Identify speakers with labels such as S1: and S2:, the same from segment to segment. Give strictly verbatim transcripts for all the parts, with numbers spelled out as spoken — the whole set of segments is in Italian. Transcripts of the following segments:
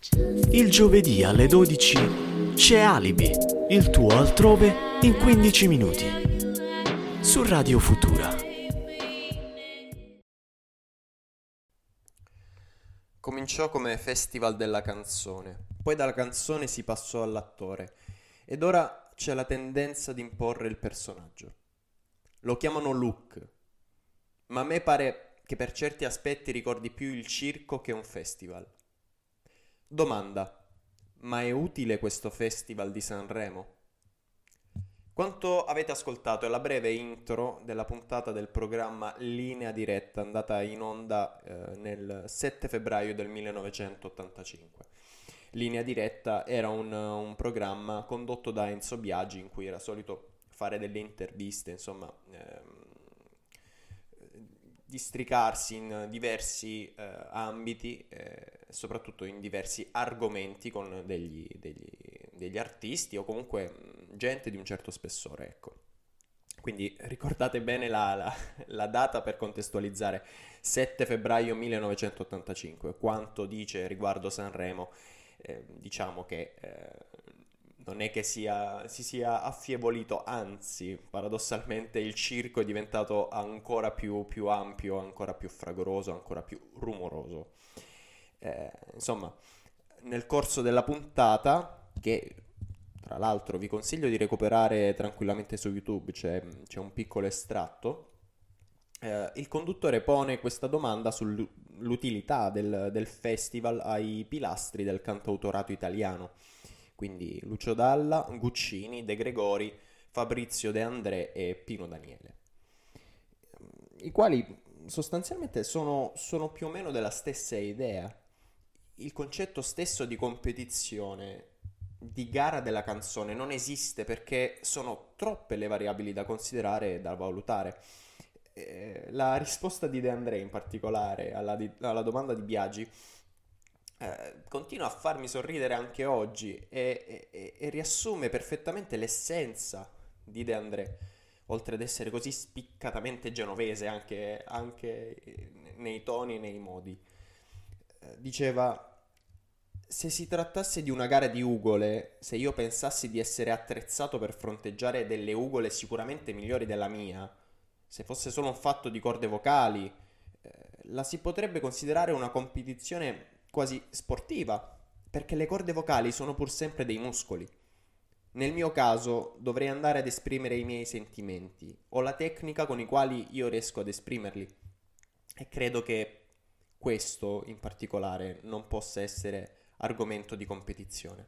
S1: Il giovedì alle dodici c'è Alibi, il tuo altrove in quindici minuti. Su Radio Futura.
S2: Cominciò come festival della canzone, poi dalla canzone si passò all'attore ed ora c'è la tendenza di imporre il personaggio. Lo chiamano look, ma a me pare che per certi aspetti ricordi più il circo che un festival. Domanda: ma è utile questo festival di Sanremo? Quanto avete ascoltato è la breve intro della puntata del programma Linea Diretta andata in onda eh, nel sette febbraio del millenovecentottantacinque. Linea Diretta era un, un programma condotto da Enzo Biagi in cui era solito fare delle interviste, insomma, ehm, districarsi in diversi eh, ambiti, eh, soprattutto in diversi argomenti con degli, degli, degli artisti o comunque mh, gente di un certo spessore, ecco. Quindi ricordate bene la, la, la data per contestualizzare: sette febbraio millenovecentottantacinque, quanto dice riguardo Sanremo. Eh, diciamo che eh, non è che sia, si sia affievolito, anzi, paradossalmente il circo è diventato ancora più, più ampio, ancora più fragoroso, ancora più rumoroso. Eh, insomma, nel corso della puntata, che tra l'altro vi consiglio di recuperare tranquillamente su YouTube, c'è, c'è un piccolo estratto, eh, il conduttore pone questa domanda sull'utilità del, del festival ai pilastri del cantautorato italiano. Quindi Lucio Dalla, Guccini, De Gregori, Fabrizio De André e Pino Daniele, i quali sostanzialmente sono, sono più o meno della stessa idea. Il concetto stesso di competizione, di gara della canzone, non esiste perché sono troppe le variabili da considerare e da valutare. Eh, la risposta di De André in particolare alla, di, alla domanda di Biagi Eh, continua a farmi sorridere anche oggi e, e- e riassume perfettamente l'essenza di De André, oltre ad essere così spiccatamente genovese anche, anche nei toni e nei modi. Eh, diceva: se si trattasse di una gara di ugole, se io pensassi di essere attrezzato per fronteggiare delle ugole sicuramente migliori della mia, se fosse solo un fatto di corde vocali, eh, la si potrebbe considerare una competizione quasi sportiva, perché le corde vocali sono pur sempre dei muscoli. Nel mio caso dovrei andare ad esprimere i miei sentimenti, o la tecnica con i quali io riesco ad esprimerli. E credo che questo in particolare non possa essere argomento di competizione.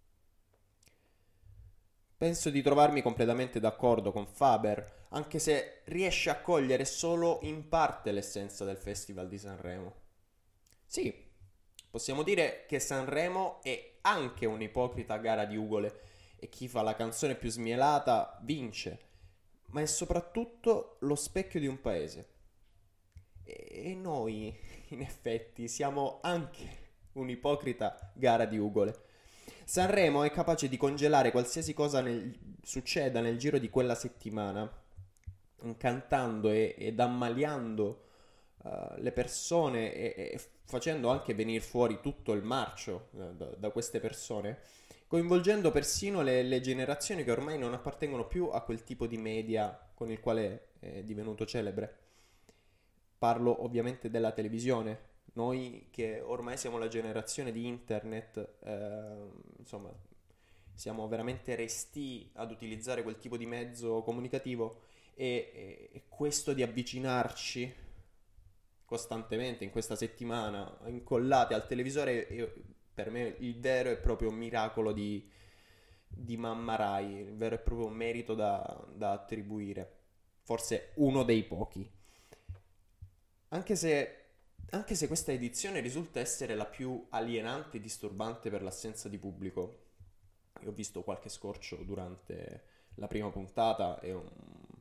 S2: Penso di trovarmi completamente d'accordo con Faber, anche se riesce a cogliere solo in parte l'essenza del Festival di Sanremo. Sì, possiamo dire che Sanremo è anche un'ipocrita gara di ugole e chi fa la canzone più smielata vince, ma è soprattutto lo specchio di un paese. E noi, in effetti, siamo anche un'ipocrita gara di ugole. Sanremo è capace di congelare qualsiasi cosa nel- succeda nel giro di quella settimana, incantando e, ed ammaliando uh, le persone e, e facendo anche venire fuori tutto il marcio uh, da, da queste persone, coinvolgendo persino le, le generazioni che ormai non appartengono più a quel tipo di media con il quale è divenuto celebre. Parlo ovviamente della televisione. Noi che ormai siamo la generazione di internet, eh, insomma, siamo veramente restii ad utilizzare quel tipo di mezzo comunicativo e, e- e questo di avvicinarci costantemente in questa settimana incollati al televisore è per me il vero e proprio miracolo di, di Mamma Rai, il vero e proprio merito da, da attribuire, forse uno dei pochi. Anche se, anche se questa edizione risulta essere la più alienante e disturbante per l'assenza di pubblico. Io ho visto qualche scorcio durante la prima puntata e un-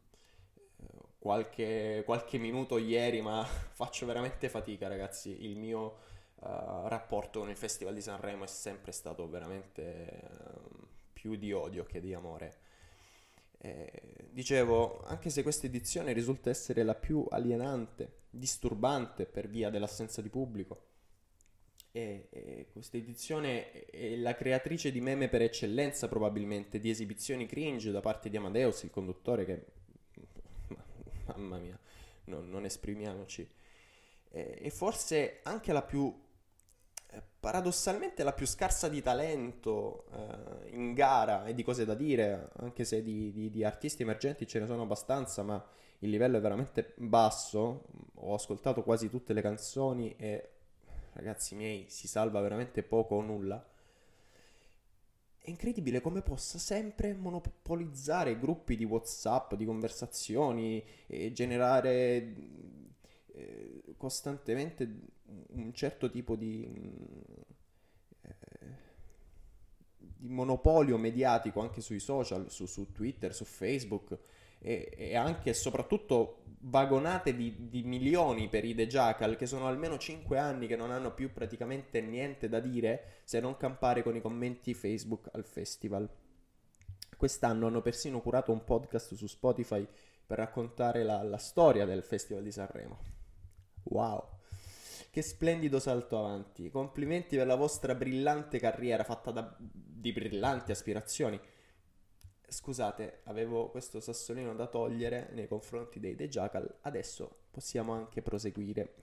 S2: qualche, qualche minuto ieri, ma faccio veramente fatica, ragazzi. Il mio eh, rapporto con il Festival di Sanremo è sempre stato veramente eh, più di odio che di amore. Eh, dicevo, anche se questa edizione risulta essere la più alienante, disturbante per via dell'assenza di pubblico, E, e questa edizione è la creatrice di meme per eccellenza, probabilmente, di esibizioni cringe da parte di Amadeus, il conduttore, che mamma mia, no, non esprimiamoci. E, e forse anche la più, eh, paradossalmente la più scarsa di talento eh, in gara e di cose da dire, anche se di, di- di artisti emergenti ce ne sono abbastanza, ma il livello è veramente basso. Ho ascoltato quasi tutte le canzoni e, ragazzi miei, si salva veramente poco o nulla. È incredibile come possa sempre monopolizzare gruppi di WhatsApp, di conversazioni e generare eh, costantemente un certo tipo di, eh, di monopolio mediatico anche sui social, su, su Twitter, su Facebook e, e anche e soprattutto vagonate di, di milioni per i The Jackal, che sono almeno cinque anni che non hanno più praticamente niente da dire se non campare con i commenti Facebook al festival. Quest'anno hanno persino curato un podcast su Spotify per raccontare la, la storia del Festival di Sanremo. Wow, che splendido salto avanti. Complimenti per la vostra brillante carriera fatta da, di brillanti aspirazioni. Scusate, avevo questo sassolino da togliere nei confronti dei The Jackal, adesso possiamo anche proseguire.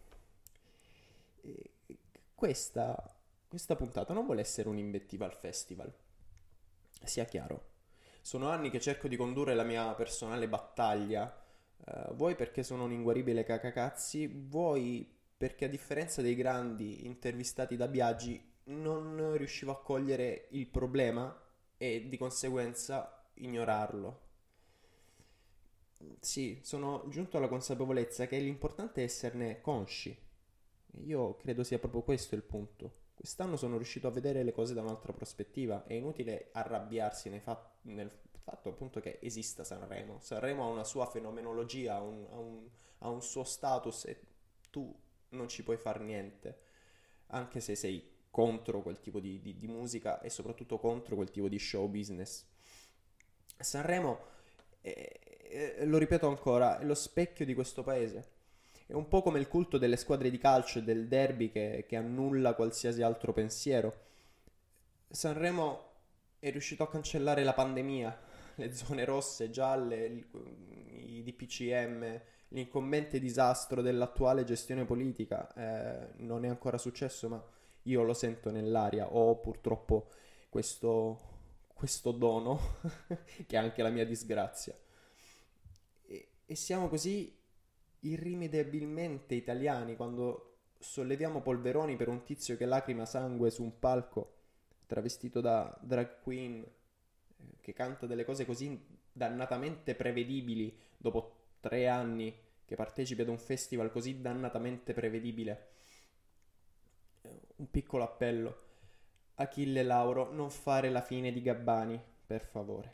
S2: E questa, questa puntata non vuole essere un'invettiva al festival, sia chiaro. Sono anni che cerco di condurre la mia personale battaglia, eh, vuoi perché sono un inguaribile cacacazzi, vuoi perché a differenza dei grandi intervistati da Biagi non riuscivo a cogliere il problema e di conseguenza ignorarlo. Sì, sono giunto alla consapevolezza che l'importante è esserne consci. Io credo sia proprio questo il punto. Quest'anno sono riuscito a vedere le cose da un'altra prospettiva. È inutile arrabbiarsi nei fat- nel fatto appunto che esista Sanremo. Sanremo ha una sua fenomenologia, ha un, ha un- ha un suo status e tu non ci puoi far niente, anche se sei contro quel tipo di, di- di musica e soprattutto contro quel tipo di show business. Sanremo, eh, eh, lo ripeto ancora, è lo specchio di questo paese. È un po' come il culto delle squadre di calcio e del derby che, che annulla qualsiasi altro pensiero. Sanremo è riuscito a cancellare la pandemia, le zone rosse, gialle, il- i D P C M, l'incombente disastro dell'attuale gestione politica. Eh, non è ancora successo, ma io lo sento nell'aria. Ho purtroppo questo, questo dono, che è anche la mia disgrazia. E, e siamo così irrimediabilmente italiani quando solleviamo polveroni per un tizio che lacrima sangue su un palco travestito da drag queen, eh, che canta delle cose così dannatamente prevedibili dopo tre anni che partecipi ad un festival così dannatamente prevedibile. Eh, Un piccolo appello. Achille Lauro, non fare la fine di Gabbani, per favore.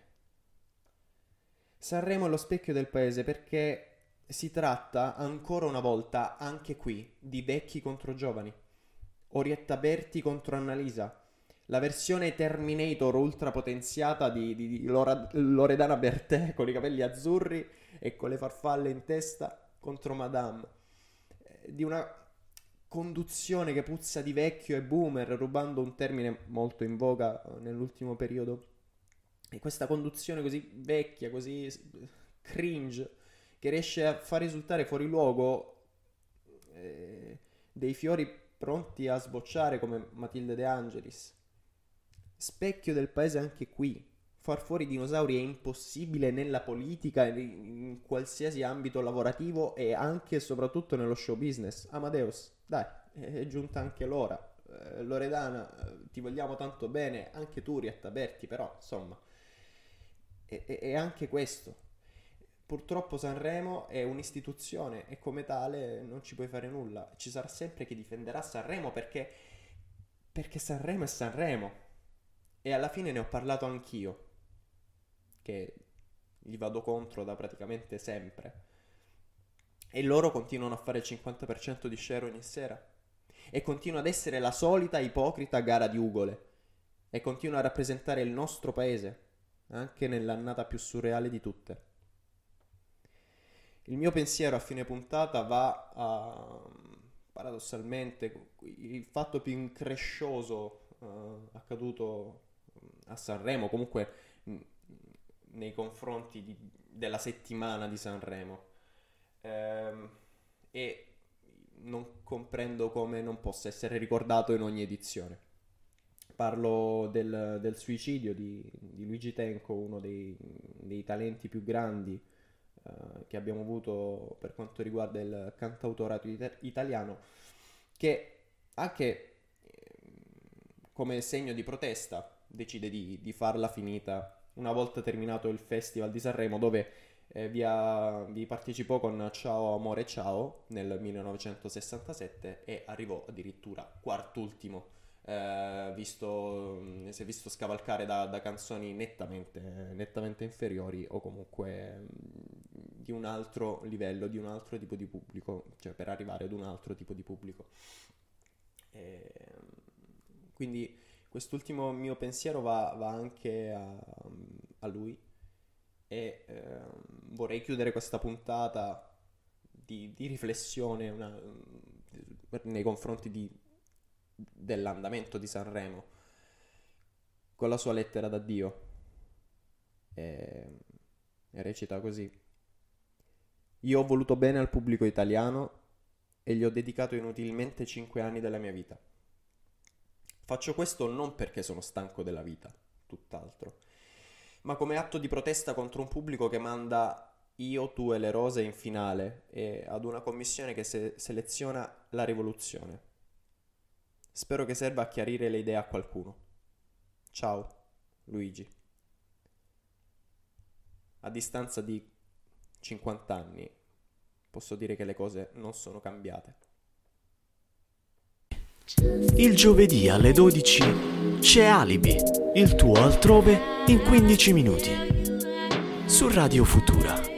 S2: Sanremo è lo specchio del paese perché si tratta ancora una volta, anche qui, di vecchi contro giovani. Orietta Berti contro Annalisa. La versione Terminator ultrapotenziata di, di, di Lora- Loredana Bertè con i capelli azzurri e con le farfalle in testa contro Madame. Eh, Di una conduzione che puzza di vecchio e boomer, rubando un termine molto in voga eh, nell'ultimo periodo. E questa conduzione così vecchia, così s- cringe, che riesce a far risultare fuori luogo eh, dei fiori pronti a sbocciare come Matilde De Angelis. Specchio del paese anche qui. Far fuori i dinosauri è impossibile nella politica, in in qualsiasi ambito lavorativo e anche e soprattutto nello show business. Amadeus, dai, è giunta anche l'ora. Eh, Loredana, eh, ti vogliamo tanto bene, anche tu, Rietta Berti, però insomma, è, è- è anche questo. Purtroppo Sanremo è un'istituzione e come tale non ci puoi fare nulla. Ci sarà sempre chi difenderà Sanremo perché, perché Sanremo è Sanremo. E alla fine ne ho parlato anch'io, che gli vado contro da praticamente sempre. E loro continuano a fare il cinquanta per cento di share ogni sera. E continua ad essere la solita ipocrita gara di ugole. E continua a rappresentare il nostro paese, anche nell'annata più surreale di tutte. Il mio pensiero a fine puntata va a paradossalmente il fatto più increscioso uh, accaduto a Sanremo, comunque mh, nei confronti di, della settimana di Sanremo, ehm, e non comprendo come non possa essere ricordato in ogni edizione. Parlo del, del suicidio di, di Luigi Tenco, uno dei, dei talenti più grandi uh, che abbiamo avuto per quanto riguarda il cantautorato it- italiano, che anche eh, come segno di protesta decide di, di farla finita una volta terminato il Festival di Sanremo, dove eh, vi, ha, vi partecipò con Ciao Amore Ciao nel millenovecentosessantasette e arrivò addirittura quart'ultimo, eh, visto, si è visto scavalcare da, da canzoni nettamente, nettamente inferiori o comunque di un altro livello, di un altro tipo di pubblico, cioè per arrivare ad un altro tipo di pubblico. E, quindi quest'ultimo mio pensiero va, va anche a, a lui e eh, vorrei chiudere questa puntata di, di riflessione una, nei confronti di, dell'andamento di Sanremo con la sua lettera d'addio, e, e recita così: io ho voluto bene al pubblico italiano e gli ho dedicato inutilmente cinque anni della mia vita. Faccio questo non perché sono stanco della vita, tutt'altro, ma come atto di protesta contro un pubblico che manda Io, tu e le rose in finale e ad una commissione che se- seleziona la rivoluzione. Spero che serva a chiarire le idee a qualcuno. Ciao, Luigi. A distanza di cinquanta anni posso dire che le cose non sono cambiate.
S1: Il giovedì alle dodici c'è Alibi, il tuo altrove in quindici minuti. Su Radio Futura.